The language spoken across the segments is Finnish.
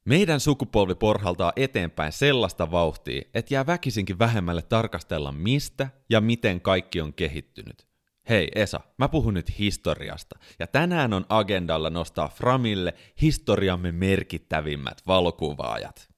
Meidän sukupolvi porhaltaa eteenpäin sellaista vauhtia, että jää väkisinkin vähemmälle tarkastella mistä ja miten kaikki on kehittynyt. Hei Esa, mä puhun nyt historiasta, ja tänään on agendalla nostaa framille historiamme merkittävimmät valokuvaajat.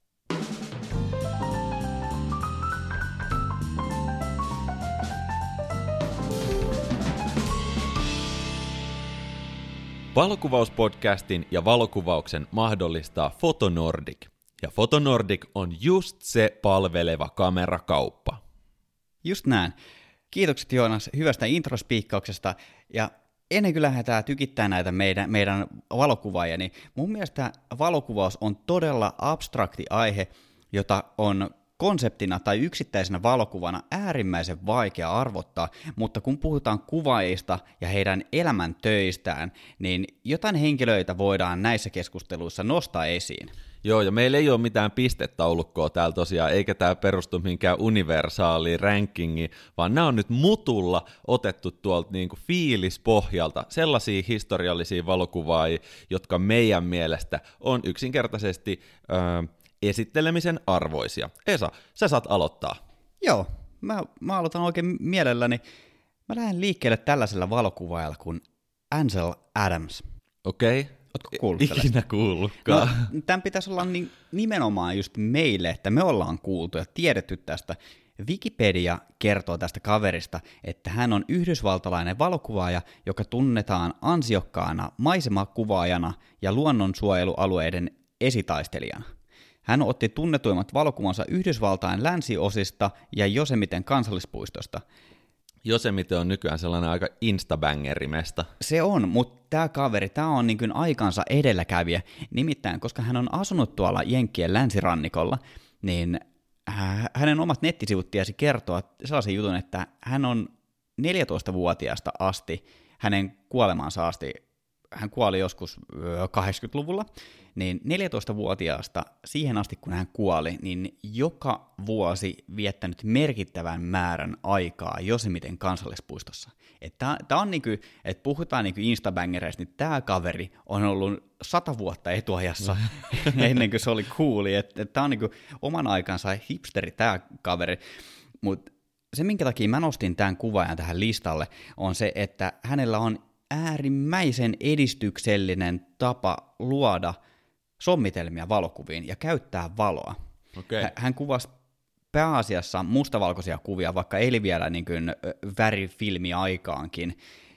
Valokuvauspodcastin ja valokuvauksen mahdollistaa Photonordic, ja Photonordic on just se palveleva kamerakauppa. Just näin. Kiitokset Joonas hyvästä introspiikkauksesta, ja ennen kuin lähdetään tykittämään näitä meidän valokuvaajia, niin mun mielestä valokuvaus on todella abstrakti aihe, jota on konseptina tai yksittäisenä valokuvana äärimmäisen vaikea arvottaa, mutta kun puhutaan kuvaajista ja heidän elämäntöistään, niin jotain henkilöitä voidaan näissä keskusteluissa nostaa esiin. Joo, ja meillä ei ole mitään pistetaulukkoa täällä tosiaan, eikä tämä perustu mihinkään universaaliin rankingiin, vaan nämä on nyt mutulla otettu tuolta niinku fiilispohjalta sellaisia historiallisia valokuvaajia, jotka meidän mielestä on yksinkertaisesti esittelemisen arvoisia. Esa, sä saat aloittaa. Joo, mä aloitan oikein mielelläni. Mä lähden liikkeelle tällaisella valokuvaajalla kuin Ansel Adams. Okei. Ootko kuullut Ikinä kuullutkaan. No, tämän pitäisi olla nimenomaan just meille, että me ollaan kuultu ja tiedetty tästä. Wikipedia kertoo tästä kaverista, että hän on yhdysvaltalainen valokuvaaja, joka tunnetaan ansiokkaana maisemakuvaajana ja luonnonsuojelualueiden esitaistelijana. Hän otti tunnetuimmat valokuvansa Yhdysvaltain länsiosista ja Yosemiten kansallispuistosta. Yosemite on nykyään sellainen aika instabangeri-mesta. Se on, mutta tämä kaveri, tämä on niin kuin aikansa edelläkävijä. Nimittäin, koska hän on asunut tuolla Jenkkien länsirannikolla, niin hänen omat nettisivut tiesi kertoa sellaisen jutun, että hän on 14-vuotiaasta asti, hänen kuolemaansa asti, hän kuoli joskus 80-luvulla, niin 14-vuotiaasta siihen asti, kun hän kuoli, niin joka vuosi viettänyt merkittävän määrän aikaa Yosemiten kansallispuistossa. Tämä on niin kuin, että puhutaan niin kuin instabangereista, niin tämä kaveri on ollut 100 vuotta etuajassa ennen kuin se oli cooli. Tämä on niin kuin oman aikansa hipsteri tämä kaveri, mutta se minkä takia mä nostin tämän kuvaajan tähän listalle on se, että hänellä on äärimmäisen edistyksellinen tapa luoda sommitelmia valokuviin ja käyttää valoa. Okay. Hän kuvasi pääasiassa mustavalkoisia kuvia, vaikka eli vielä niin kuin värifilmi aikaankin.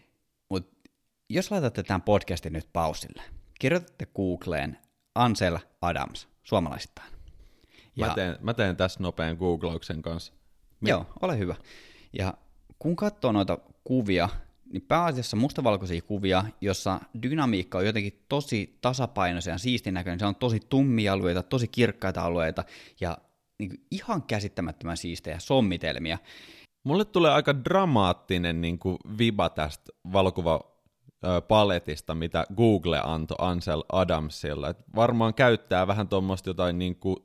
Mutta jos laitatte tämän podcastin nyt pausille, kirjoitatte Googleen Ansel Adams suomalaisittain. Mä teen tässä nopean googlauksen kanssa. Joo, ole hyvä. Ja kun katsoo noita kuvia, niin pääasiassa mustavalkoisia kuvia, jossa dynamiikka on jotenkin tosi tasapainoisia ja siistin näköinen. Se on tosi tummia alueita, tosi kirkkaita alueita ja niin kuin ihan käsittämättömän siistejä sommitelmia. Mulle tulee aika dramaattinen niin kuin viba tästä valokuvapaletista, mitä Google antoi Ansel Adamsilla. Et varmaan käyttää vähän tuommoista jotain niin kuin,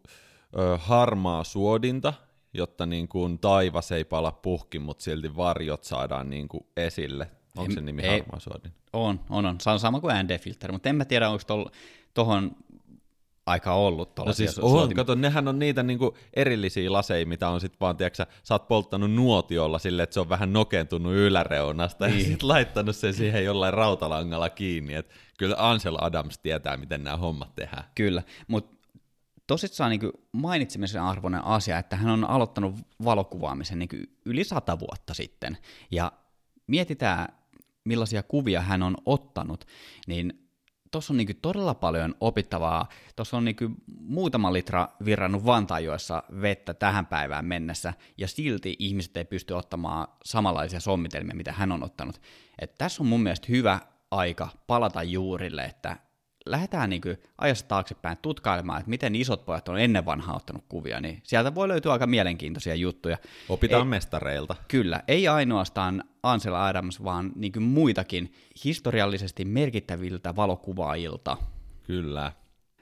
harmaa suodinta, jotta niin kuin taivas ei pala puhki, mutta silti varjot saadaan niin kuin esille. Onko se nimi harmaa suodin? On. Se on sama kuin ND-filteri, mutta en mä tiedä, onko tuohon aikaa ollut tuollaisia. No siis kato, nehän on niitä niin kuin erillisiä laseja, mitä on sitten vaan, tiedätkö sä oot polttanut nuotiolla silleen, että se on vähän nokentunut yläreunasta ja sitten laittanut sen siihen jollain rautalangalla kiinni. Et kyllä Ansel Adams tietää, miten nämä hommat tehdään. Kyllä, mutta tosissaan niin mainitsemisen arvoinen asia, että hän on aloittanut valokuvaamisen niin yli 100 vuotta sitten, ja mietitään, millaisia kuvia hän on ottanut, niin tuossa on niin todella paljon opittavaa. Tuossa on niin muutama litra virrannut Vantaajoessa vettä tähän päivään mennessä, ja silti ihmiset ei pysty ottamaan samanlaisia sommitelmia, mitä hän on ottanut. Et tässä on mun mielestä hyvä aika palata juurille, että lähdetään niin ajassa taaksepäin tutkailemaan, että miten isot pojat on ennen vanhaa ottanut kuvia, niin sieltä voi löytyä aika mielenkiintoisia juttuja. Opitaan mestareilta. Kyllä, ei ainoastaan Ansel Adams, vaan niin muitakin historiallisesti merkittäviltä valokuvaajilta. Kyllä.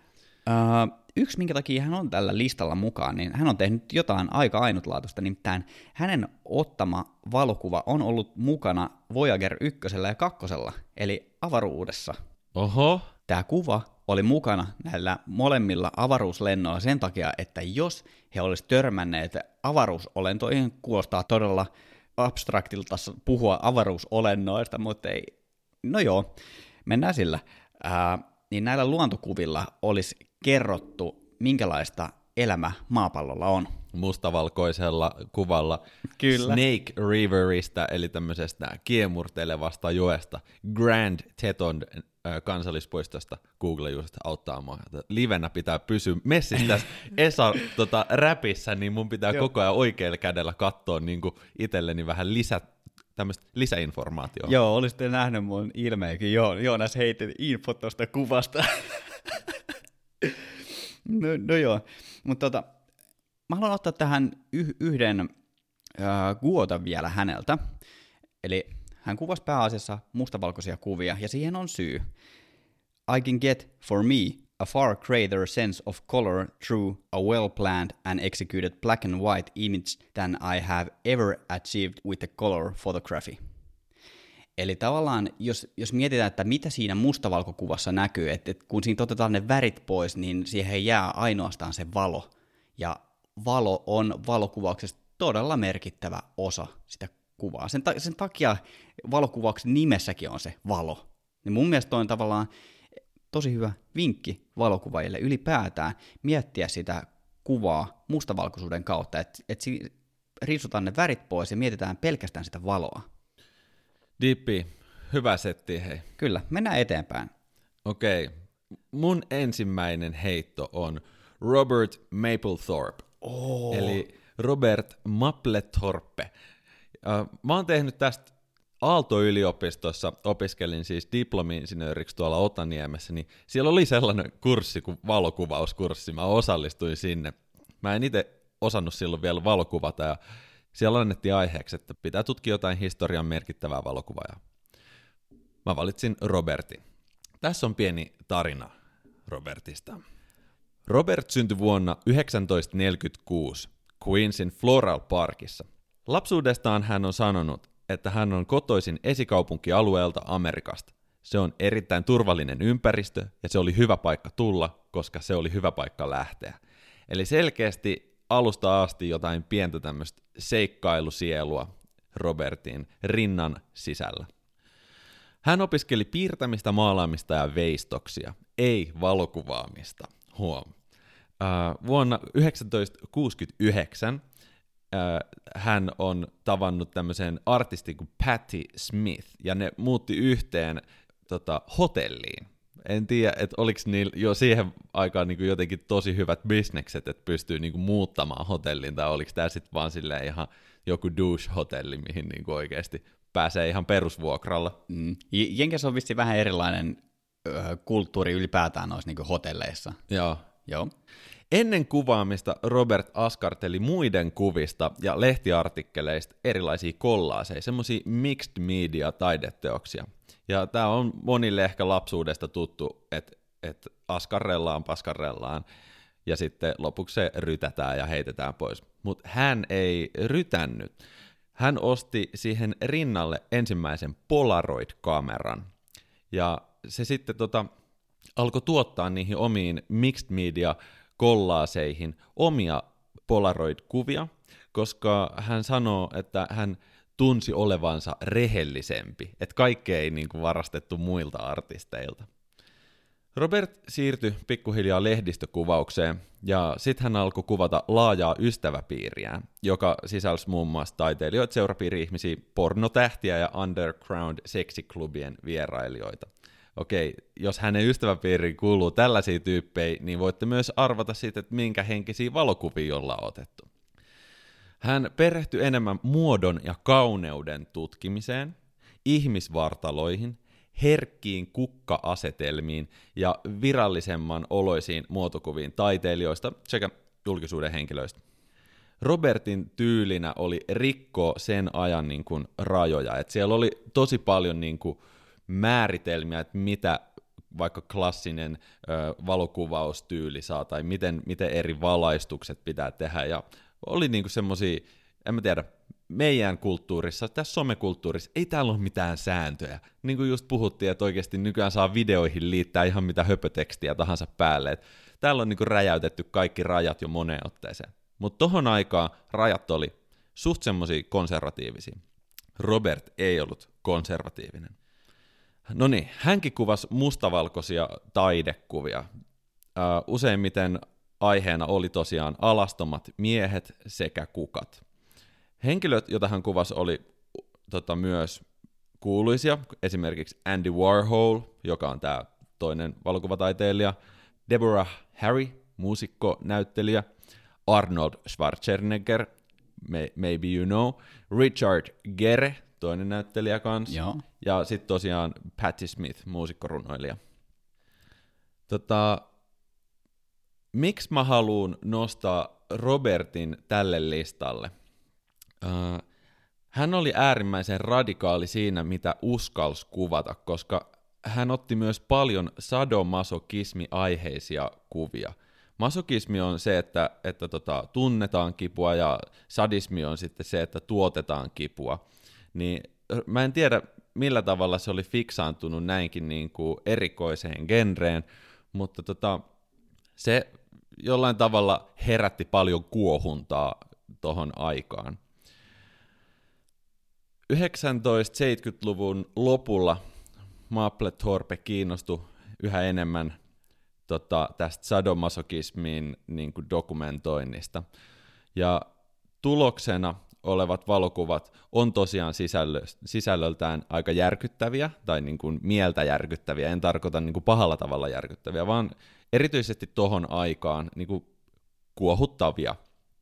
Yksi, minkä takia hän on tällä listalla mukaan, niin hän on tehnyt jotain aika ainutlaatuista, nimittäin hänen ottama valokuva on ollut mukana Voyager 1 ja 2, eli avaruudessa. Oho. Tämä kuva oli mukana näillä molemmilla avaruuslennoilla sen takia, että jos he olisivat törmänneet avaruusolentoihin, kuulostaa todella abstraktilta puhua avaruusolennoista, mutta ei, no joo, mennään sillä, niin näillä luontokuvilla olisi kerrottu, minkälaista elämä maapallolla on. Mustavalkoisella kuvalla Kyllä. Snake Riverista, eli tämmöisestä kiemurtelevasta joesta, Grand Teton kansallispuistosta. Google just auttaa mua. Livenä pitää pysyä messissä Esa räpissä, niin mun pitää koko ajan oikealla kädellä katsoa niin itselleni vähän tämmöistä lisäinformaatiota. Joo, olisitte nähnyt mun ilmeikin. Joonas heitti info tuosta kuvasta. no joo, mutta mä haluan ottaa tähän yhden quoten vielä häneltä. Eli hän kuvasi pääasiassa mustavalkoisia kuvia, ja siihen on syy. I can get, for me, a far greater sense of color through a well-planned and executed black and white image than I have ever achieved with the color photography. Eli tavallaan, jos mietitään, että mitä siinä mustavalkokuvassa näkyy, että kun siinä otetaan ne värit pois, niin siihen jää ainoastaan se valo. Ja valo on valokuvauksessa todella merkittävä osa sitä kuvaa. Sen takia valokuvauksen nimessäkin on se valo. Niin mun mielestä on tavallaan tosi hyvä vinkki valokuvaajille ylipäätään miettiä sitä kuvaa mustavalkoisuuden kautta, että riisutaan ne värit pois ja mietitään pelkästään sitä valoa. Dippi, hyvä setti, hei. Kyllä, mennään eteenpäin. Okei, mun ensimmäinen heitto on Robert Mapplethorpe, eli Robert Mapplethorpe. Mä oon tehnyt tästä Aalto-yliopistossa, opiskelin siis diplomi-insinööriksi tuolla Otaniemessä, niin siellä oli sellainen kurssi kuin valokuvauskurssi, mä osallistuin sinne. Mä en itse osannut silloin vielä valokuvata, ja siellä annettiin aiheeksi, että pitää tutkia jotain historian merkittävää valokuvaajaa. Mä valitsin Robertin. Tässä on pieni tarina Robertista. Robert syntyi vuonna 1946 Queensin Floral Parkissa. Lapsuudestaan hän on sanonut, että hän on kotoisin esikaupunkialueelta Amerikasta. Se on erittäin turvallinen ympäristö ja se oli hyvä paikka tulla, koska se oli hyvä paikka lähteä. Eli selkeästi alusta asti jotain pientä tämmöistä seikkailusielua Robertin rinnan sisällä. Hän opiskeli piirtämistä, maalaamista ja veistoksia, ei valokuvaamista. Vuonna 1969 hän on tavannut tämmöisen artistin kuin Patti Smith, ja ne muutti yhteen hotelliin. En tiedä, että oliko niillä jo siihen aikaan niin kuin jotenkin tosi hyvät bisnekset, että pystyy niin kuin muuttamaan hotelliin, tai oliko tämä sitten vaan silleen ihan joku douche-hotelli, mihin niin kuin oikeasti pääsee ihan perusvuokralla. Jenkeissä on vissiin vähän erilainen kulttuuri ylipäätään noissa niin kuin hotelleissa. Joo. Ennen kuvaamista Robert askarteli muiden kuvista ja lehtiartikkeleista erilaisia kollaaseja, semmoisia mixed media taideteoksia. Ja tämä on monille ehkä lapsuudesta tuttu, että askarrellaan, paskarrellaan ja sitten lopuksi se rytätään ja heitetään pois. Mutta hän ei rytännyt. Hän osti siihen rinnalle ensimmäisen Polaroid-kameran ja se sitten alkoi tuottaa niihin omiin mixed media kollaaseihin omia Polaroid-kuvia, koska hän sanoo, että hän tunsi olevansa rehellisempi, että kaikkea ei niin kuin varastettu muilta artisteilta. Robert siirtyi pikkuhiljaa lehdistökuvaukseen, ja sitten hän alkoi kuvata laajaa ystäväpiiriään, joka sisälsi muun muassa taiteilijoita, seurapiiri-ihmisiä, pornotähtiä ja underground-seksiklubien vierailijoita. Okei, jos hänen ystäväpiiriin kuuluu tällaisia tyyppejä, niin voitte myös arvata siitä, että minkä henkisiä valokuvia ollaan otettu. Hän perehtyi enemmän muodon ja kauneuden tutkimiseen, ihmisvartaloihin, herkkiin kukka-asetelmiin ja virallisemman oloisiin muotokuviin taiteilijoista sekä julkisuuden henkilöistä. Robertin tyylinä oli rikkoa sen ajan niin kuin rajoja, että siellä oli tosi paljon niin kuin määritelmiä, että mitä vaikka klassinen valokuvaustyyli saa, tai miten eri valaistukset pitää tehdä, ja oli niinku semmosia, en mä tiedä, meidän kulttuurissa, tässä somekulttuurissa, ei täällä ole mitään sääntöjä. Niin kuin just puhuttiin, että oikeasti nykyään saa videoihin liittää ihan mitä höpötekstiä tahansa päälle. Et täällä on niin kuin räjäytetty kaikki rajat jo moneen otteeseen. Mutta tohon aikaan rajat oli suht semmosia konservatiivisia. Robert ei ollut konservatiivinen. No niin, hänkin kuvasi mustavalkoisia taidekuvia. Useimmiten aiheena oli tosiaan alastomat miehet sekä kukat. Henkilöt, joita hän kuvasi, oli myös kuuluisia, esimerkiksi Andy Warhol, joka on tämä toinen valokuvataiteilija, Deborah Harry, muusikko, näyttelijä, Arnold Schwarzenegger, maybe you know, Richard Gere, toinen näyttelijä kanssa, Joo. ja sitten tosiaan Patti Smith, muusikkorunoilija. Miksi mä haluan nostaa Robertin tälle listalle? Hän oli äärimmäisen radikaali siinä, mitä uskalsi kuvata, koska hän otti myös paljon sadomasokismi-aiheisia kuvia. Masokismi on se, että tunnetaan kipua, ja sadismi on sitten se, että tuotetaan kipua. Niin mä en tiedä, millä tavalla se oli fiksaantunut näinkin niin kuin erikoiseen genreen, mutta se jollain tavalla herätti paljon kuohuntaa tohon aikaan. 1970-luvun lopulla Mapplethorpe kiinnostui yhä enemmän tästä sadomasokismin niin kuin dokumentoinnista. Ja tuloksena olevat valokuvat on tosiaan sisällöltään aika järkyttäviä, tai niin kuin mieltä järkyttäviä, en tarkoita niin kuin pahalla tavalla järkyttäviä, vaan erityisesti tohon aikaan niin kuin kuohuttavia.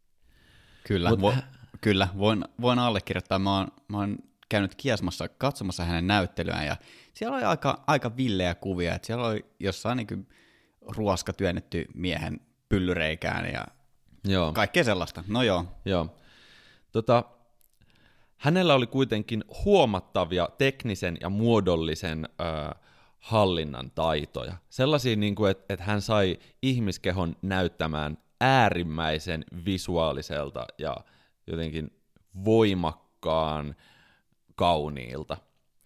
Kyllä, voin allekirjoittaa. Mä oon käynyt Kiasmassa katsomassa hänen näyttelyään, ja siellä oli aika villejä kuvia, että siellä oli jossain niin kuin ruoska työnnetty miehen pyllyreikään ja Joo. Kaikkea sellaista. No joo. Hänellä oli kuitenkin huomattavia teknisen ja muodollisen hallinnan taitoja. Sellaisia, niin kuin, että hän sai ihmiskehon näyttämään äärimmäisen visuaaliselta ja jotenkin voimakkaan kauniilta.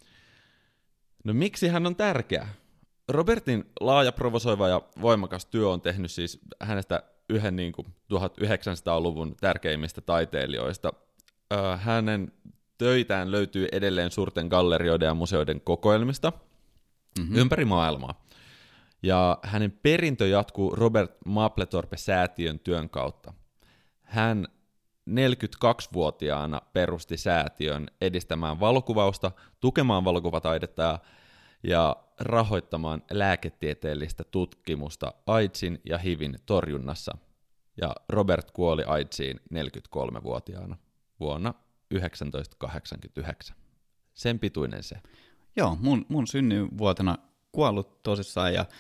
No miksi hän on tärkeä? Robertin laaja, provosoiva ja voimakas työ on tehnyt siis hänestä yhden niin kuin 1900-luvun tärkeimmistä taiteilijoista. Hänen töitään löytyy edelleen suurten gallerioiden ja museoiden kokoelmista ympäri maailmaa. Ja hänen perintö jatkuu Robert Mapplethorpe-säätiön työn kautta. Hän 42-vuotiaana perusti säätiön edistämään valokuvausta, tukemaan valokuvataidetta ja rahoittamaan lääketieteellistä tutkimusta AIDSin ja HIVin torjunnassa. Ja Robert kuoli AIDSiin 43-vuotiaana vuonna 1989. Sen pituinen se. Joo, mun synnyinvuotena kuollut tosissaan, ja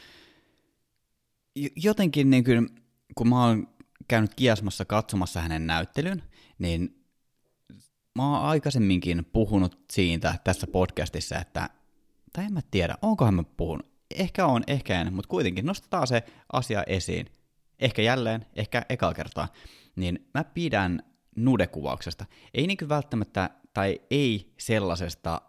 jotenkin niin kun mä oon käynyt Kiasmassa katsomassa hänen näyttelyn, niin mä oon aikaisemminkin puhunut siitä tässä podcastissa, että, tai en mä tiedä, onkohan mä puhunut, ehkä on, ehkä en, mutta kuitenkin nostetaan se asia esiin, ehkä jälleen, ehkä ekaa kertaa, niin mä pidän nudekuvauksesta, ei niin kuin välttämättä, tai ei sellaisesta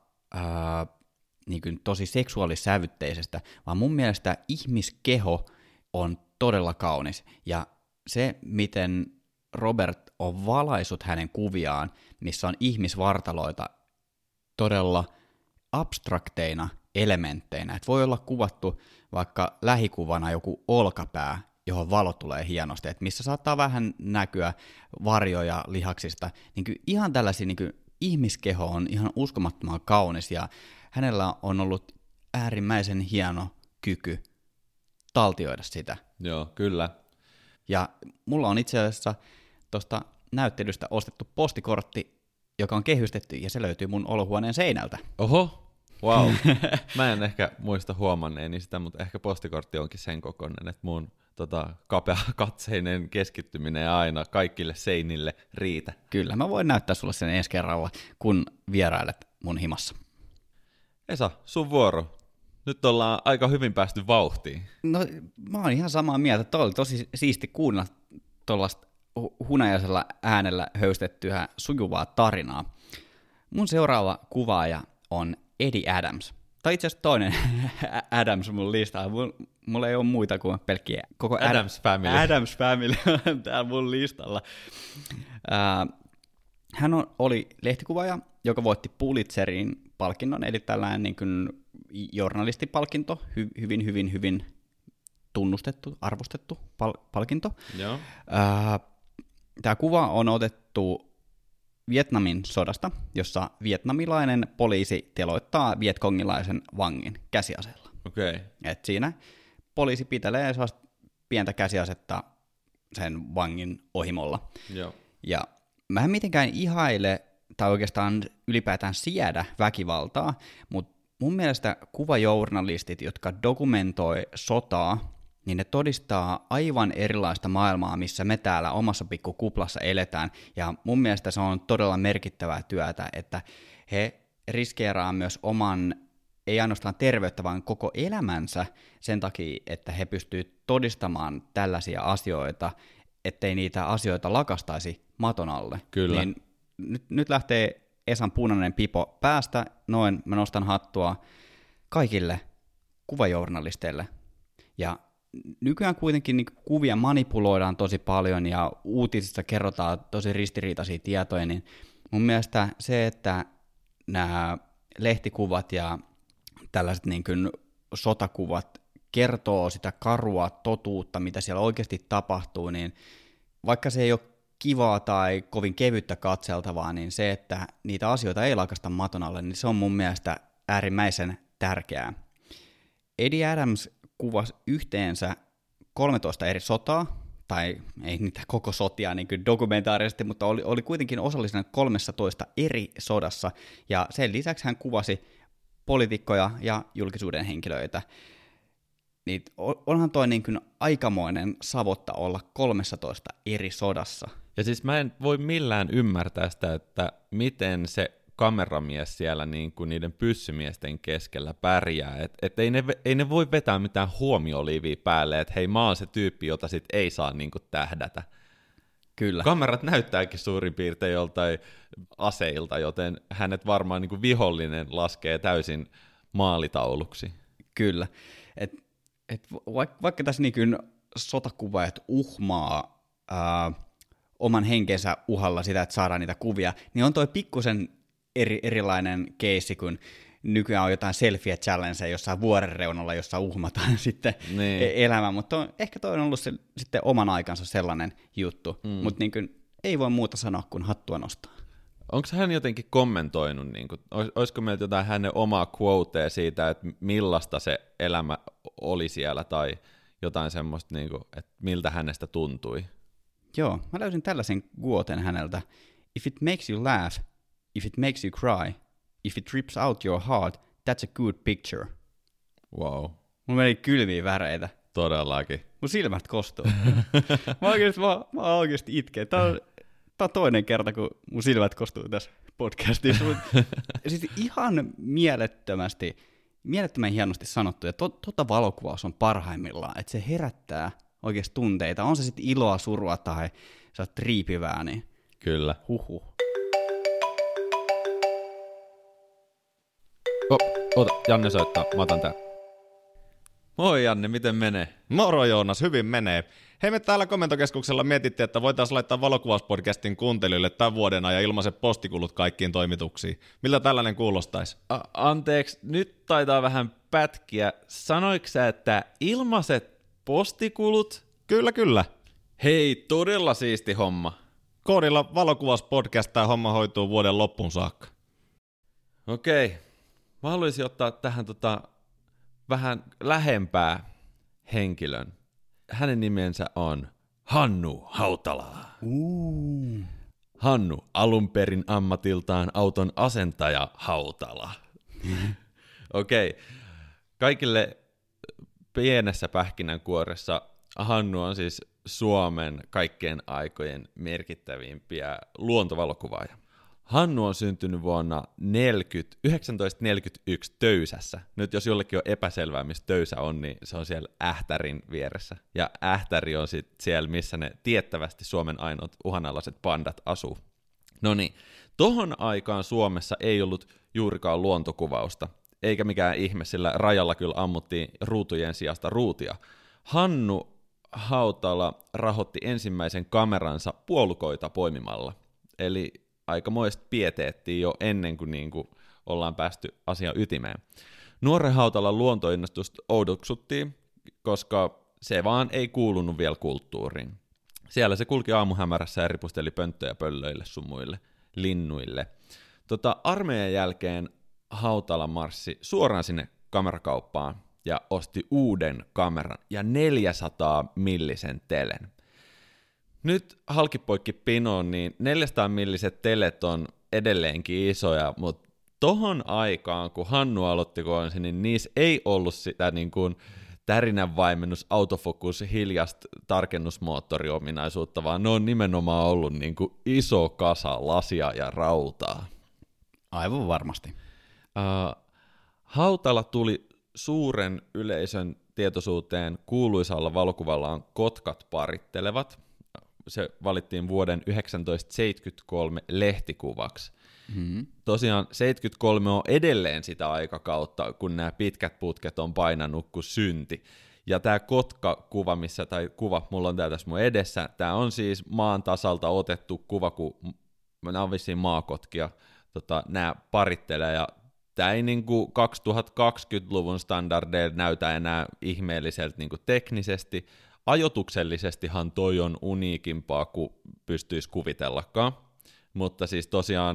niin kuin tosi seksuaalisävytteisestä, vaan mun mielestä ihmiskeho on todella kaunis, ja se, miten Robert on valaisut hänen kuviaan, missä on ihmisvartaloita todella abstrakteina elementteinä, että voi olla kuvattu vaikka lähikuvana joku olkapää, johon valo tulee hienosti, että missä saattaa vähän näkyä varjoja lihaksista, niin kuin ihan tällaisia, niin kuin ihmiskeho on ihan uskomattoman kaunis, ja hänellä on ollut äärimmäisen hieno kyky taltioida sitä. Joo, kyllä. Ja mulla on itse asiassa tuosta näyttelystä ostettu postikortti, joka on kehystetty, ja se löytyy mun olohuoneen seinältä. Oho, wow. Mä en ehkä muista huomanneeni sitä, mutta ehkä postikortti onkin sen kokoinen, että mun kapea-katseinen keskittyminen ja aina kaikille seinille riitä. Kyllä, mä voin näyttää sulle sen ensi kerralla, kun vierailet mun himassa. Esa, sun vuoro. Nyt ollaan aika hyvin päästy vauhtiin. No, mä oon ihan samaa mieltä. Toi oli tosi siisti kuunnella tuollaista hunajaisella äänellä höystettyä sujuvaa tarinaa. Mun seuraava kuvaaja on Eddie Adams. Tai itse asiassa toinen Adams mun listalla. Mulla ei ole muita kuin pelkkiä koko Adams Family. Adams Family on täällä mun listalla. Hän oli lehtikuvaaja, joka voitti Pulitzerin palkinnon, eli tällainen niin kuin journalistipalkinto, hyvin tunnustettu, arvostettu palkinto. Joo. Tämä kuva on otettu Vietnamin sodasta, jossa vietnamilainen poliisi teloittaa vietkongilaisen vangin käsiaseella. Okei. Et siinä poliisi pitelee sellaista pientä käsiasetta sen vangin ohimolla. Joo. Ja mä en mitenkään ihaile tai oikeastaan ylipäätään siedä väkivaltaa, mutta mun mielestä kuvajournalistit, jotka dokumentoi sotaa, niin ne todistaa aivan erilaista maailmaa, missä me täällä omassa pikkukuplassa eletään. Ja mun mielestä se on todella merkittävää työtä, että he riskeeraa myös oman, ei ainoastaan terveyttä, vaan koko elämänsä sen takia, että he pystyvät todistamaan tällaisia asioita, ettei niitä asioita lakastaisi maton alle. Kyllä. Niin nyt lähtee Esan punainen pipo päästä, noin mä nostan hattua kaikille kuvajournalisteille. Ja nykyään kuitenkin niin kuvia manipuloidaan tosi paljon ja uutisissa kerrotaan tosi ristiriitaisia tietoja, niin mun mielestä se, että nämä lehtikuvat ja tällaiset niin kuin sotakuvat kertoo sitä karua totuutta, mitä siellä oikeasti tapahtuu, niin vaikka se ei ole kivaa tai kovin kevyttä katseltavaa, niin se, että niitä asioita ei lakasta maton alle, niin se on mun mielestä äärimmäisen tärkeää. Eddie Adams kuvasi yhteensä 13 eri sotaa, tai ei niitä koko sotia niin kuin dokumentaarisesti, mutta oli kuitenkin osallisena 13 eri sodassa, ja sen lisäksi hän kuvasi poliitikkoja ja julkisuuden henkilöitä. Niin onhan toi niin kuin aikamoinen savotta olla 13 eri sodassa. Ja siis mä en voi millään ymmärtää sitä, että miten se kameramies siellä niin kuin niiden pyssymiesten keskellä pärjää. Et ei ne voi vetää mitään huomioliiviä päälle, että hei, mä oon se tyyppi, jota sit ei saa niin kuin tähdätä. Kyllä. Kamerat näyttääkin suurin piirtein joltain aseilta, joten hänet varmaan niin kuin vihollinen laskee täysin maalitauluksi. Kyllä. Vaikka tässä niin kuin sotakuvaajat uhmaa oman henkensä uhalla sitä, että saadaan niitä kuvia, niin on toi pikkusen erilainen keissi, kun nykyään on jotain selfie-challengeja jossain vuoren reunalla, jossa uhmataan sitten elämää, mutta ehkä toi on ollut sitten oman aikansa sellainen juttu, mutta niin kuin, ei voi muuta sanoa kuin hattua nostaa. Onko hän jotenkin kommentoinut, niin kuin, olisiko meiltä jotain hänen omaa quotea siitä, että millaista se elämä oli siellä, tai jotain semmoista, niin kuin, että miltä hänestä tuntui? Joo, mä löysin tällaisen quoten häneltä. If it makes you laugh, if it makes you cry, if it rips out your heart, that's a good picture. Wow. Mulla meni kylmiä väreitä. Todellakin. Mun silmät kostuu. mä oikeesti itken. Tää on toinen kerta, kun mun silmät kostuu tässä podcastissa. Siis ihan mielettömän hienosti sanottu. Ja tota valokuvaus on parhaimmillaan, että se herättää oikeasti tunteita. On se sitten iloa, surua tai sä oot riipivää, niin kyllä. Huhhuh. Ota, Janne soittaa, mä otan tää. Moi Janne, miten menee? Moro Joonas, hyvin menee. Hei, me täällä komentokeskuksella mietittiin, että voitaisiin laittaa valokuvauspodcastin kuuntelijoille tämän vuoden ajan ilmaiset postikulut kaikkiin toimituksiin. Miltä tällainen kuulostaisi? Anteeksi, nyt taitaa vähän pätkiä. Sanoiko sä, että ilmaiset postikulut? Kyllä. Hei, todella siisti homma. Koodilla valokuvauspodcast tämä homma hoituu vuoden loppuun saakka. Okei. Mä haluaisin ottaa tähän vähän lähempää henkilön. Hänen nimensä on Hannu Hautala. Hannu, alun perin ammatiltaan auton asentaja Hautala. Okei. Kaikille pienessä pähkinänkuoressa Hannu on siis Suomen kaikkien aikojen merkittävimpiä luontovalokuvaaja. Hannu on syntynyt vuonna 1941 Töysässä. Nyt jos jollekin on epäselvää, missä Töysä on, niin se on siellä Ähtärin vieressä. Ja Ähtäri on sitten siellä, missä ne tiettävästi Suomen ainoat uhanalaiset pandat asuu. No niin, tohon aikaan Suomessa ei ollut juurikaan luontokuvausta, eikä mikään ihme, sillä rajalla kyllä ammuttiin ruutujen sijasta ruutia. Hannu Hautala rahoitti ensimmäisen kameransa puolukoita poimimalla, eli aikamoista pieteettiin jo ennen kuin ollaan päästy asian ytimeen. Nuoren Hautalan luontoinnostusta oudoksuttiin, koska se vaan ei kuulunut vielä kulttuuriin. Siellä se kulki aamuhämärässä ja ripusteli pönttöjä pöllöille sun muille linnuille. Armeijan jälkeen Hautala marssi suoraan sinne kamerakauppaan ja osti uuden kameran ja 400 millisen telen. Nyt halkipoikki pinoon, niin 400 milliset telet on edelleenkin isoja, mutta tohon aikaan, kun Hannu aloitti koonsi, niin niissä ei ollut sitä niin kuin tärinänvaimennus, autofokus, hiljasta tarkennusmoottoriominaisuutta, vaan ne on nimenomaan ollut niin kuin iso kasa lasia ja rautaa. Aivan varmasti. Hautala tuli suuren yleisön tietoisuuteen kuuluisalla valokuvallaan Kotkat parittelevat. Se valittiin vuoden 1973 lehtikuvaksi. Mm-hmm. Tosiaan 73 on edelleen sitä aikakautta, kun nämä pitkät putket on painanut kuin synti. Ja tämä Kotka-kuva, kuva, mulla on tää tässä mun edessä, tämä on siis maan tasalta otettu kuva, kun nämä on vissiin maakotkia, nämä parittelee, ja tämä ei 2020-luvun standardeilla näytä enää ihmeelliseltä teknisesti. Ajotuksellisestihan toi on uniikimpaa kuin pystyisi kuvitellakaan, mutta siis tosiaan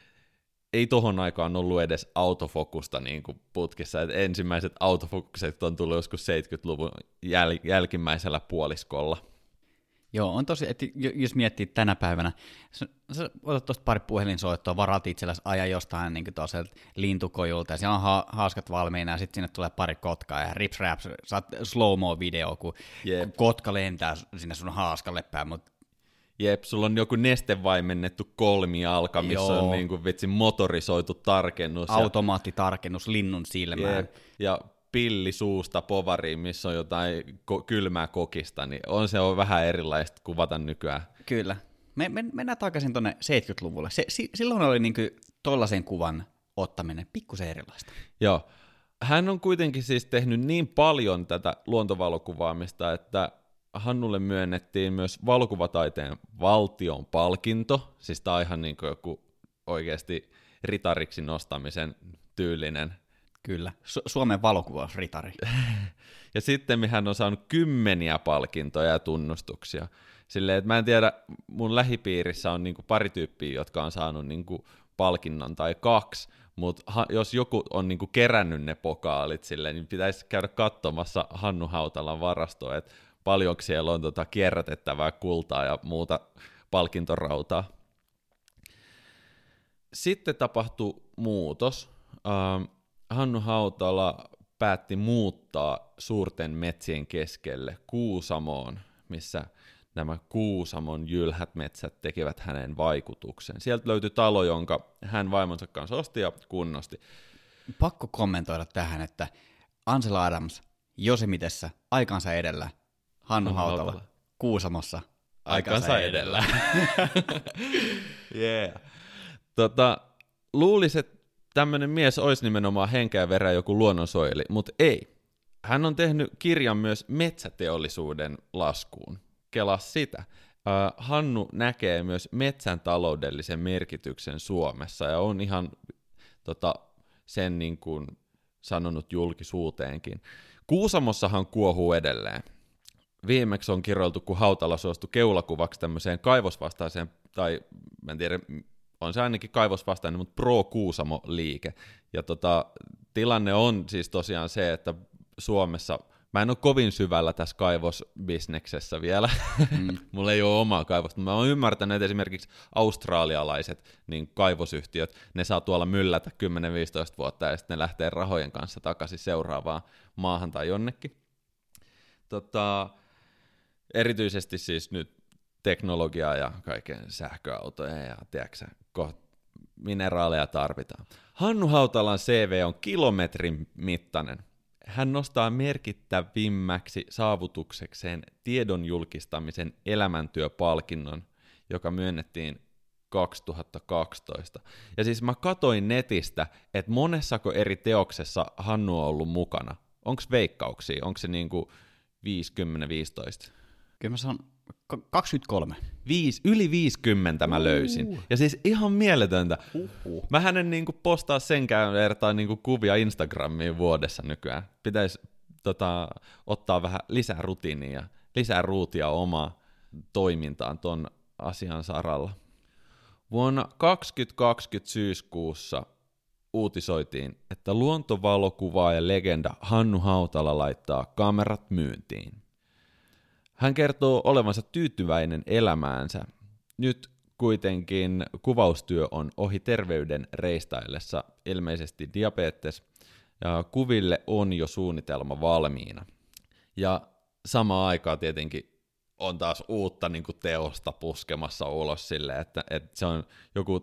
ei tohon aikaan ollut edes autofokusta putkissa, että ensimmäiset autofokukset on tullut joskus 70-luvun jälkimmäisellä puoliskolla. Joo, on tosi, että jos miettii tänä päivänä, sä otat tuosta pari puhelinsoittoa, varaat itsellesi ajan jostain tuollaiselta lintukojulta, ja siellä on haaskat valmiina, ja sitten sinne tulee pari kotkaa, ja rips raps, saat slow-mo-video, kun kotka lentää sinne sun haaskalle päin, mutta jep, sulla on joku nestevaimennettu kolmijalka, missä on vitsi motorisoitu tarkennus. Automaattitarkennus linnun silmään. Jep, ja pilli suusta povariin, missä on jotain kylmää kokista, niin se on vähän erilaista kuvata nykyään. Kyllä. Mennään takaisin tuonne 70-luvulle. Silloin oli tollaisen kuvan ottaminen pikkusen erilaista. Joo. Hän on kuitenkin siis tehnyt niin paljon tätä luontovalokuvaamista, että Hannulle myönnettiin myös valokuvataiteen valtion palkinto, siis tämä on ihan joku oikeasti ritariksi nostamisen tyylinen. Kyllä, Suomen valokuvausritari. Ja sitten hän on saanut 10 palkintoja ja tunnustuksia. Silleen, että mä en tiedä, mun lähipiirissä on pari tyyppiä, jotka on saanut palkinnon tai 2, mutta jos joku on kerännyt ne pokaalit silleen, niin pitäisi käydä katsomassa Hannu Hautalan varastoa, että paljonko siellä on kierrätettävää kultaa ja muuta palkintorautaa. Sitten tapahtui muutos. Hannu Hautala päätti muuttaa suurten metsien keskelle Kuusamoon, missä nämä Kuusamon jylhät metsät tekivät hänen vaikutuksen. Sieltä löytyi talo, jonka hän vaimonsa kanssa osti ja kunnosti. Pakko kommentoida tähän, että Ansel Adams Josemitessä aikansa edellä, Hannu Hautala Kuusamossa aikansa edellä. Yeah. Luulisi, että tämmöinen mies olisi nimenomaan henkeä ja verran joku luonnonsuojeli, mutta ei. Hän on tehnyt kirjan myös metsäteollisuuden laskuun. Kelaa sitä. Hannu näkee myös metsän taloudellisen merkityksen Suomessa ja on ihan sen sanonut julkisuuteenkin. Kuusamossahan kuohuu edelleen. Viimeksi on kirjoiltu, kun Hautala suostui keulakuvaksi tämmöiseen kaivosvastaiseen, tai mä en tiedä, on se ainakin kaivosvastainen, mutta pro-Kuusamo-liike. Ja tilanne on siis tosiaan se, että Suomessa, mä en ole kovin syvällä tässä kaivosbisneksessä vielä, mulla ei ole omaa kaivosta, mutta mä oon ymmärtänyt, että esimerkiksi australialaiset kaivosyhtiöt, ne saa tuolla myllätä 10-15 vuotta, ja sitten ne lähtee rahojen kanssa takaisin seuraavaan maahan tai jonnekin. Erityisesti siis nyt teknologiaa ja kaiken sähköautoja ja tiedätkö, mineraaleja tarvitaan. Hannu Hautalan CV on kilometrin mittainen. Hän nostaa merkittävimmäksi saavutuksekseen tiedon julkistamisen elämäntyöpalkinnon, joka myönnettiin 2012. Ja siis mä katoin netistä, että monessako eri teoksessa Hannu on ollut mukana. Onko veikkauksia? Onko se niinku 50-15? Kyllä mä sanon 23. Yli 50 mä löysin. Ja siis ihan mieletöntä. Mä hänen niinku postaa senkään vertaan niinku kuvia Instagramiin vuodessa nykyään. Pitäisi ottaa vähän lisää rutiinia ja lisää ruutia omaa toimintaan ton asian saralla. Vuonna 2020 syyskuussa uutisoitiin, että luontovalokuvaaja legenda Hannu Hautala laittaa kamerat myyntiin. Hän kertoo olevansa tyytyväinen elämäänsä. Nyt kuitenkin kuvaustyö on ohi terveyden reistaillessa, ilmeisesti diabetes, ja kuville on jo suunnitelma valmiina. Ja samaan aikaan tietenkin on taas uutta niin kuin teosta puskemassa ulos silleen, että se on joku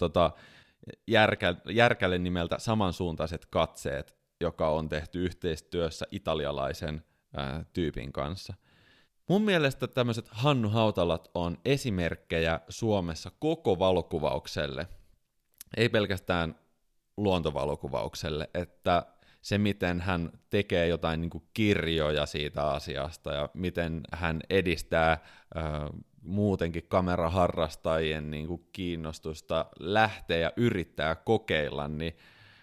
järkälle nimeltä Samansuuntaiset katseet, joka on tehty yhteistyössä italialaisen tyypin kanssa. Mun mielestä tämmöiset Hannu Hautalat on esimerkkejä Suomessa koko valokuvaukselle, ei pelkästään luontovalokuvaukselle, että se miten hän tekee jotain niin kuin kirjoja siitä asiasta ja miten hän edistää muutenkin kameraharrastajien niin kuin kiinnostusta lähteä ja yrittää kokeilla, niin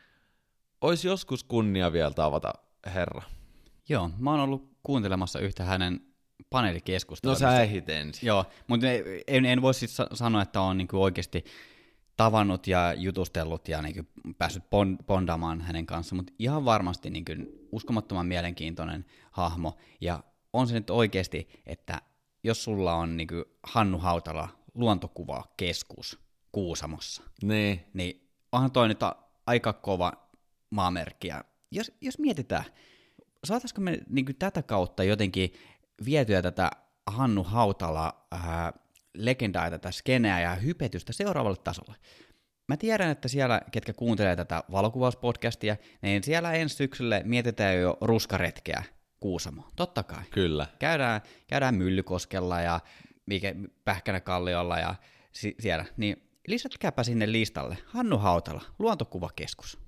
olisi joskus kunnia vielä tavata herra. Joo, mä oon ollut kuuntelemassa yhtä hänen paneelikeskustelua. No sä ehdit ensin. Joo, mutta en voi siis sanoa, että on niinku oikeasti tavannut ja jutustellut ja niinku päässyt bondaamaan hänen kanssaan, mutta ihan varmasti niinku uskomattoman mielenkiintoinen hahmo. Ja on se nyt oikeasti, että jos sulla on niinku Hannu Hautala luontokuvakeskus Kuusamossa, niin onhan toi nyt aika kova maamerkki. Ja jos mietitään, saataisiko me niinku tätä kautta jotenkin vietyä tätä Hannu Hautala legendaa ja tätä skeneä ja hypetystä seuraavalle tasolle. Mä tiedän, että siellä, ketkä kuuntelee tätä valokuvauspodcastia, niin siellä ensi syksylle mietitään jo ruskaretkeä Kuusamoon. Totta kai. Kyllä. Käydään Myllykoskella ja Pähkänäkalliolla ja siellä. Niin lisätkääpä sinne listalle Hannu Hautala, luontokuvakeskus.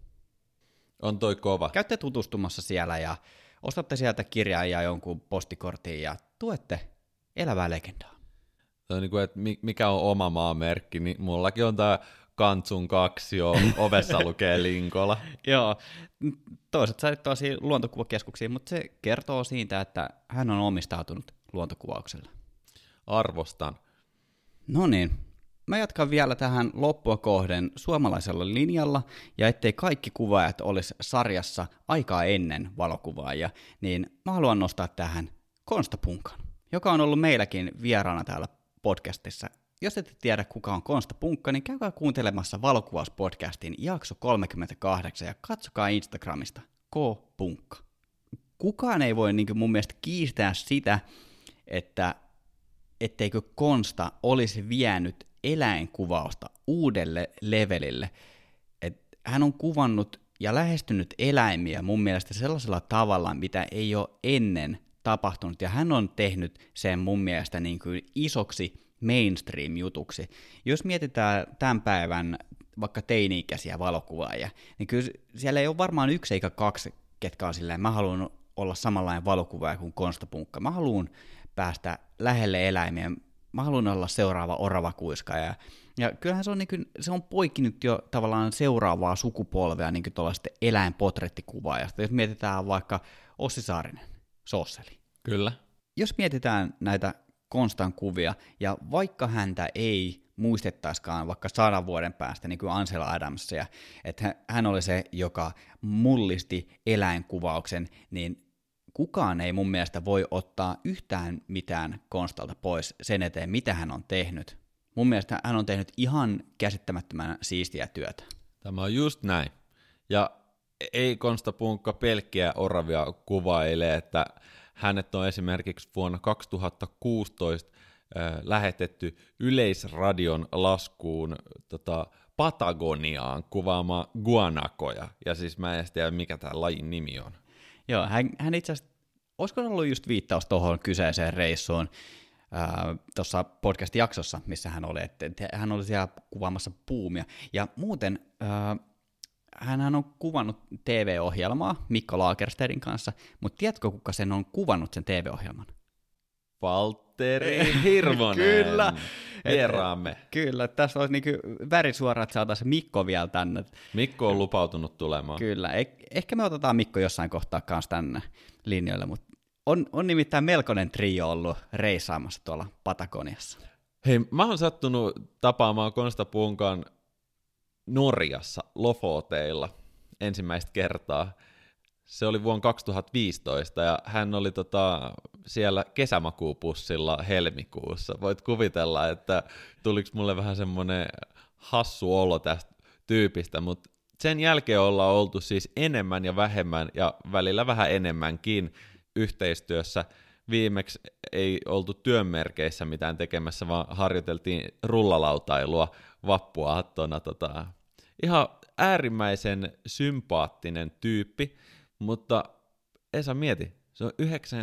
On toi kova. Käytte tutustumassa siellä ja ostatte sieltä kirjaa ja jonkun postikortin ja tuette elävää legendaa. Se on niin kuin, että mikä on oma maamerkki, niin mullakin on tää Kantsun 2 jo, ovessa lukee Linkola. Joo, toiset saittaa siihen luontokuvakeskuksiin, mutta se kertoo siitä, että hän on omistautunut luontokuvaukselle. Arvostan. No niin, mä jatkan vielä tähän loppua kohden suomalaisella linjalla, ja ettei kaikki kuvaajat olisi sarjassa aikaa ennen valokuvaajia, niin mä haluan nostaa tähän Konsta Punkan, joka on ollut meilläkin vieraana täällä podcastissa. Jos ette tiedä, kuka on Konsta Punkka, niin käykää kuuntelemassa valokuvauspodcastin jakso 38 ja katsokaa Instagramista K-Punkka. Kukaan ei voi mun mielestä kiistää sitä, että etteikö Konsta olisi vienyt eläinkuvausta uudelle levelille. Hän on kuvannut ja lähestynyt eläimiä mun mielestä sellaisella tavalla, mitä ei ole ennen tapahtunut, ja hän on tehnyt sen mun mielestä niin kuin isoksi mainstream-jutuksi. Jos mietitään tämän päivän vaikka teini-ikäisiä valokuvaajia, niin kyllä siellä ei ole varmaan yksi eikä kaksi, ketkä on silleen, mä haluan olla samanlainen valokuvaaja kuin Konsta Punkka, mä haluan päästä lähelle eläimiä, mä haluan olla seuraava oravakuiska, ja kyllähän se on, niin kuin, se on poikinut jo tavallaan seuraavaa sukupolvea niin tuollaista eläinportrettikuvaajasta, jos mietitään vaikka Ossi Saarinen, Sosseli. Kyllä. Jos mietitään näitä Konstan kuvia, ja vaikka häntä ei muistettaisikaan vaikka 100 vuoden päästä, niin kuin Ansel Adamsia, että hän oli se, joka mullisti eläinkuvauksen, niin kukaan ei mun mielestä voi ottaa yhtään mitään Konstalta pois sen eteen, mitä hän on tehnyt. Mun mielestä hän on tehnyt ihan käsittämättömän siistiä työtä. Tämä on just näin. Ja ei Konsta Punkka pelkkiä oravia kuvaile, että hänet on esimerkiksi vuonna 2016 lähetetty Yleisradion laskuun Patagoniaan kuvaamaan guanakoja. Ja siis mä en tiedä, mikä tämä lajin nimi on. Joo, hän itse asiassa, olisiko ollut just viittaus tuohon kyseiseen reissuun tuossa podcast-jaksossa, missä hän oli, että hän oli siellä kuvaamassa puumia. Ja muuten hän on kuvannut TV-ohjelmaa Mikko Lagerstedin kanssa, mutta tiedätkö, kuka sen on kuvannut sen TV-ohjelman? Valtteri Hirvonen. Kyllä. Vieraamme. Kyllä, tässä olisi niinku värisuora, että saataisiin Mikko vielä tänne. Mikko on lupautunut tulemaan. Kyllä, ehkä me otetaan Mikko jossain kohtaa kanssa tänne linjoille, mutta on nimittäin melkoinen trio ollut reissaamassa tuolla Patagoniassa. Hei, mä oon sattunut tapaamaan Konsta Punkan Norjassa, Lofoteilla, ensimmäistä kertaa. Se oli vuonna 2015, ja hän oli siellä kesämakuupussilla helmikuussa. Voit kuvitella, että tuliko mulle vähän semmoinen hassu olo tästä tyypistä, mutta sen jälkeen ollaan oltu siis enemmän ja vähemmän, ja välillä vähän enemmänkin yhteistyössä. Viimeksi ei oltu työnmerkeissä mitään tekemässä, vaan harjoiteltiin rullalautailua vappuaattona. Ihan äärimmäisen sympaattinen tyyppi, mutta Esa mieti, se on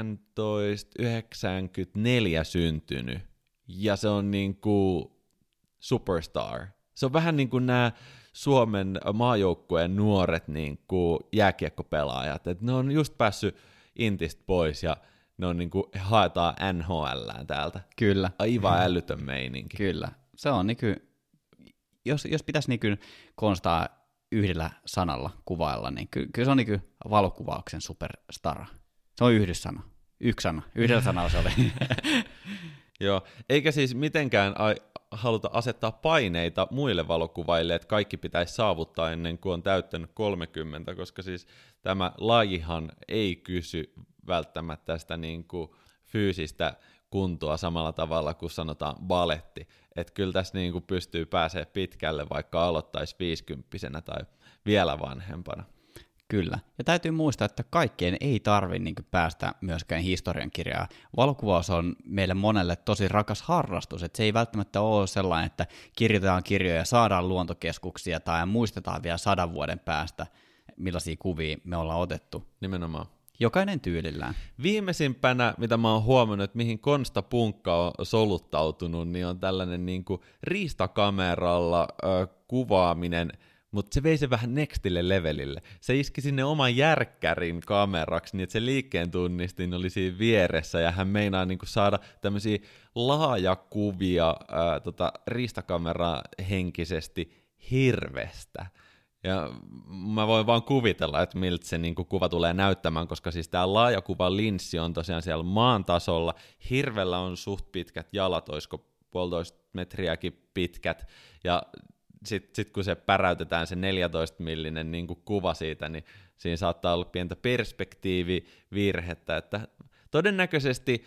1994 syntynyt, ja se on niinku superstar. Se on vähän niin kuin nämä Suomen maajoukkueen nuoret niinku jääkiekkopelaajat, että ne on just päässyt Intistä pois, ja ne on niinku, haetaan NHLään täältä. Kyllä. Aivan älytön meininki. Kyllä. Se on niinku, jos pitäisi niinku Konstaa yhdellä sanalla kuvailla, niin kyllä se on niinku valokuvauksen superstara. Se on yhdessä sana. Yhdellä sanalla se oli. Joo, eikä siis mitenkään haluta asettaa paineita muille valokuvaille, että kaikki pitäisi saavuttaa ennen kuin on täyttänyt 30, koska siis tämä lajihan ei kysy välttämättä sitä niin kuin fyysistä kuntoa samalla tavalla kuin sanotaan baletti. Että kyllä tässä niin kuin pystyy pääsemään pitkälle, vaikka aloittaisi 50 tai vielä vanhempana. Kyllä. Ja täytyy muistaa, että kaikkien ei tarvitse niin päästä myöskään historiankirjaa. Valokuvaus on meille monelle tosi rakas harrastus, että se ei välttämättä ole sellainen, että kirjoitetaan kirjoja ja saadaan luontokeskuksia tai muistetaan vielä 100 vuoden päästä, millaisia kuvia me ollaan otettu. Nimenomaan. Jokainen tyylillään. Viimeisimpänä, mitä mä oon huomannut, että mihin Konsta Punkka on soluttautunut, niin on tällainen niin kuin riistakameralla kuvaaminen, mutta se vei se vähän nextille levelille. Se iski sinne oman järkkärin kameraksi, niin että se liikkeen tunnistin oli siinä vieressä, ja hän meinaa niin kuin saada tämmöisiä laajakuvia riistakameraa henkisesti hirvestä. Ja mä voin vaan kuvitella, että miltä se niinku kuva tulee näyttämään, koska siis tää laajakuvan linssi on tosiaan siellä maan tasolla. Hirvellä on suht pitkät jalat, olisiko 1,5 metriäkin pitkät, ja sit kun se päräytetään se 14-millinen niinku kuva siitä, niin siinä saattaa olla pientä perspektiivivirhettä, että todennäköisesti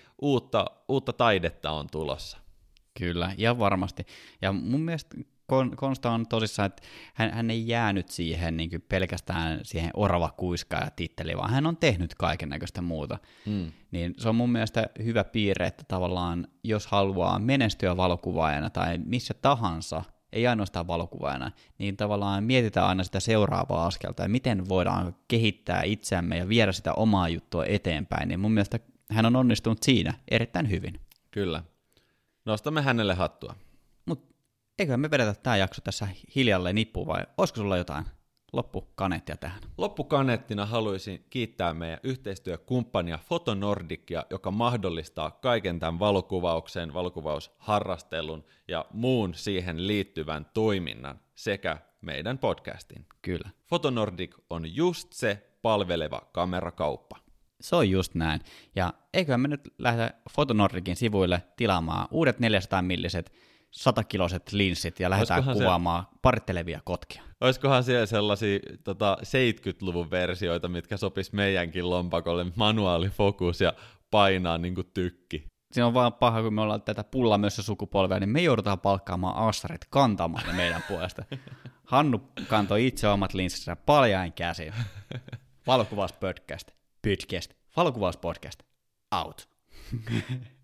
uutta taidetta on tulossa. Kyllä, ja varmasti. Ja mun mielestä Konsta on tosissaan, että hän ei jäänyt siihen niin kuin pelkästään siihen oravakuiskaan ja titteliin, vaan hän on tehnyt kaiken näköistä muuta. Niin se on mun mielestä hyvä piirre, että tavallaan jos haluaa menestyä valokuvaajana tai missä tahansa, ei ainoastaan valokuvaajana, niin tavallaan mietitään aina sitä seuraavaa askelta ja miten voidaan kehittää itseämme ja viedä sitä omaa juttua eteenpäin, niin mun mielestä hän on onnistunut siinä erittäin hyvin. Kyllä. Nostamme hänelle hattua. Eiköhän me vedetä tämä jakso tässä hiljalleen nippuun, vai olisiko sulla jotain loppukaneettia tähän? Loppukaneettina haluaisin kiittää meidän yhteistyökumppania Fotonordicia, joka mahdollistaa kaiken tämän valokuvauksen, valokuvausharrastelun ja muun siihen liittyvän toiminnan sekä meidän podcastin. Kyllä. Fotonordic on just se palveleva kamerakauppa. Se on just näin. Ja eiköhän me nyt lähdetä Fotonordicin sivuille tilaamaan uudet 400 milliset 100-kiloiset linssit ja lähdetään kuvaamaan parittelevia kotkia. Olisikohan siellä sellaisia 70-luvun versioita, mitkä sopis meidänkin lompakolle, manuaalifokus ja painaa niin kuin tykki. Siinä on vaan paha, kun me ollaan tätä pullamössö sukupolvea, niin me joudutaan palkkaamaan assarit kantamaan ne meidän puolesta. Hannu kantoi itse omat linssinsä paljain käsin. Valokuvauspodcast. Valokuvauspodcast. Out.